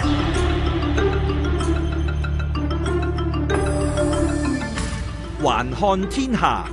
環看天下。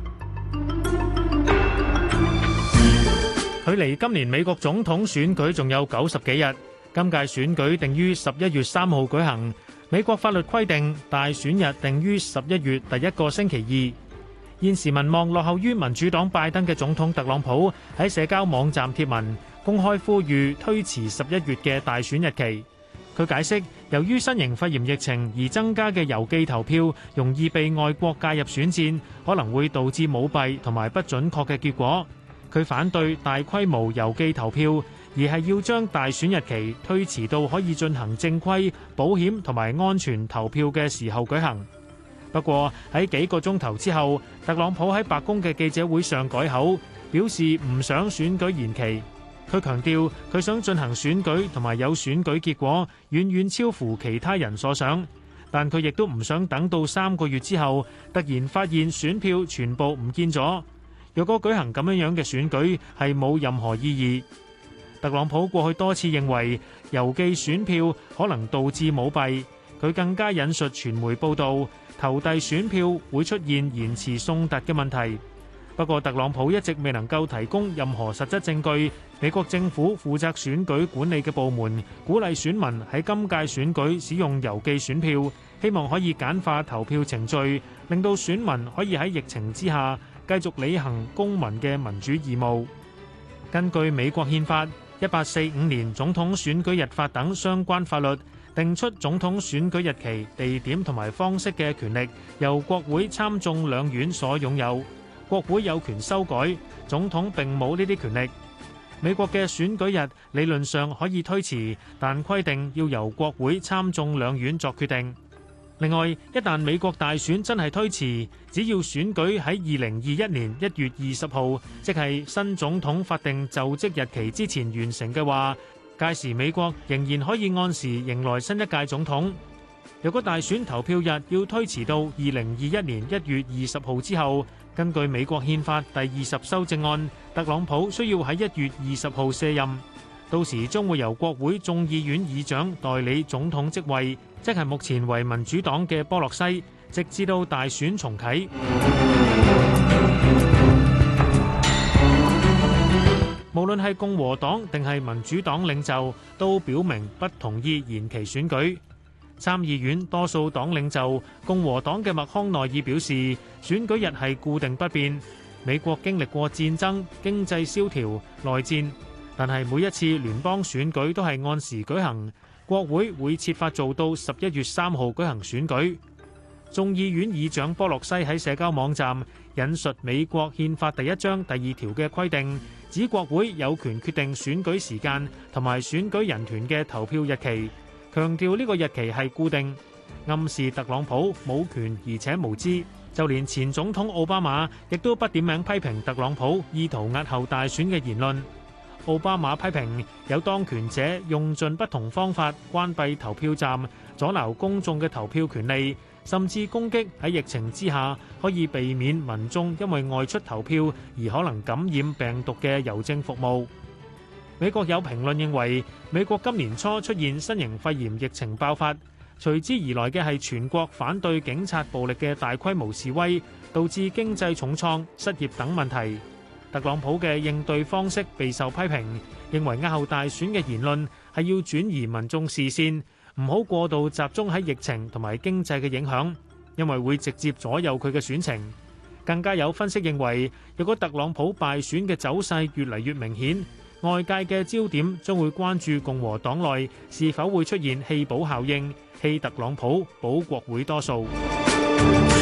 距離今年美國總統選舉仲有90幾日，今屆選舉定於11月3號舉行。美國法律規定大選日定於11月第一個星期二。現時民望落後於民主黨拜登嘅總統特朗普喺社交網站貼文，公開呼籲推遲11月嘅大選日期。佢解釋，由於新型肺炎疫情而增加嘅郵寄投票容易被外國介入選戰，可能會導致舞弊同埋不準確嘅結果。佢反對大規模郵寄投票，而係要將大選日期推遲到可以進行正規、保險同埋安全投票嘅時候舉行。不過喺幾個鐘頭之後，特朗普喺白宮嘅記者會上改口，表示唔想選舉延期。佢強調，佢想進行選舉同埋有選舉結果，遠遠超乎其他人所想。但佢亦都唔想等到3個月之後，突然發現選票全部唔見咗。若果舉行咁樣嘅選舉，係冇任何意義。特朗普過去多次認為郵寄選票可能導致舞弊，佢更加引述傳媒報導，投遞選票會出現延遲送達嘅問題。不過特朗普一直未能夠提供任何實質證據。美國政府負責選舉管理嘅部門鼓勵選民喺今屆選舉使用郵寄選票，希望可以簡化投票程序，令到選民可以喺疫情之下繼續履行公民嘅民主義務。根據美國憲法、1845年總統選舉日法等相關法律，定出總統選舉日期、地點同埋方式嘅權力由國會參眾兩院所擁有。國會有權修改，總統並冇呢啲權力。美國嘅選舉日理論上可以推遲，但規定要由國會參眾兩院作決定。另外，一旦美國大選真係推遲，只要選舉喺2021年1月20號，即係新總統法定就職日期之前完成嘅話，屆時美國仍然可以按時迎來新一屆總統。如果大選投票日要推遲到2021年1月20號之後，根據美國憲法第20修正案，特朗普需要喺1月20號卸任，到時將會由國會眾議院議長代理總統職位，即係目前為民主黨嘅波洛西，直至到大選重啟。無論係共和黨定係民主黨領袖，都表明不同意延期選舉。參議院多數黨領袖共和黨嘅麥康奈爾表示，選舉日係固定不變。美國經歷過戰爭、經濟蕭條、內戰，但係每一次聯邦選舉都係按時舉行。國會會設法做到11月3號舉行選舉。眾議院議長波洛西喺社交網站引述美國憲法第1章第2條嘅規定，指國會有權決定選舉時間同埋選舉人團嘅投票日期。強調呢個日期係固定，暗示特朗普冇權而且無知。就連前總統奧巴馬亦都不點名批評特朗普意圖押後大選嘅言論。奧巴馬批評有當權者用盡不同方法關閉投票站，阻撓公眾嘅投票權利，甚至攻擊喺疫情之下可以避免民眾因為外出投票而可能感染病毒嘅郵政服務。美國有評論認為，美國今年初出現新型肺炎疫情爆發，隨之而來嘅係全國反對警察暴力嘅大規模示威，導致經濟重創、失業等問題。特朗普嘅應對方式備受批評，認為押後大選嘅言論係要轉移民眾視線，唔好過度集中喺疫情同埋經濟嘅影響，因為會直接左右佢嘅選情。更加有分析認為，如果特朗普敗選嘅走勢越嚟越明顯，外界嘅焦點將會關注共和黨內是否會出現棄保效應，棄特朗普保國會多數。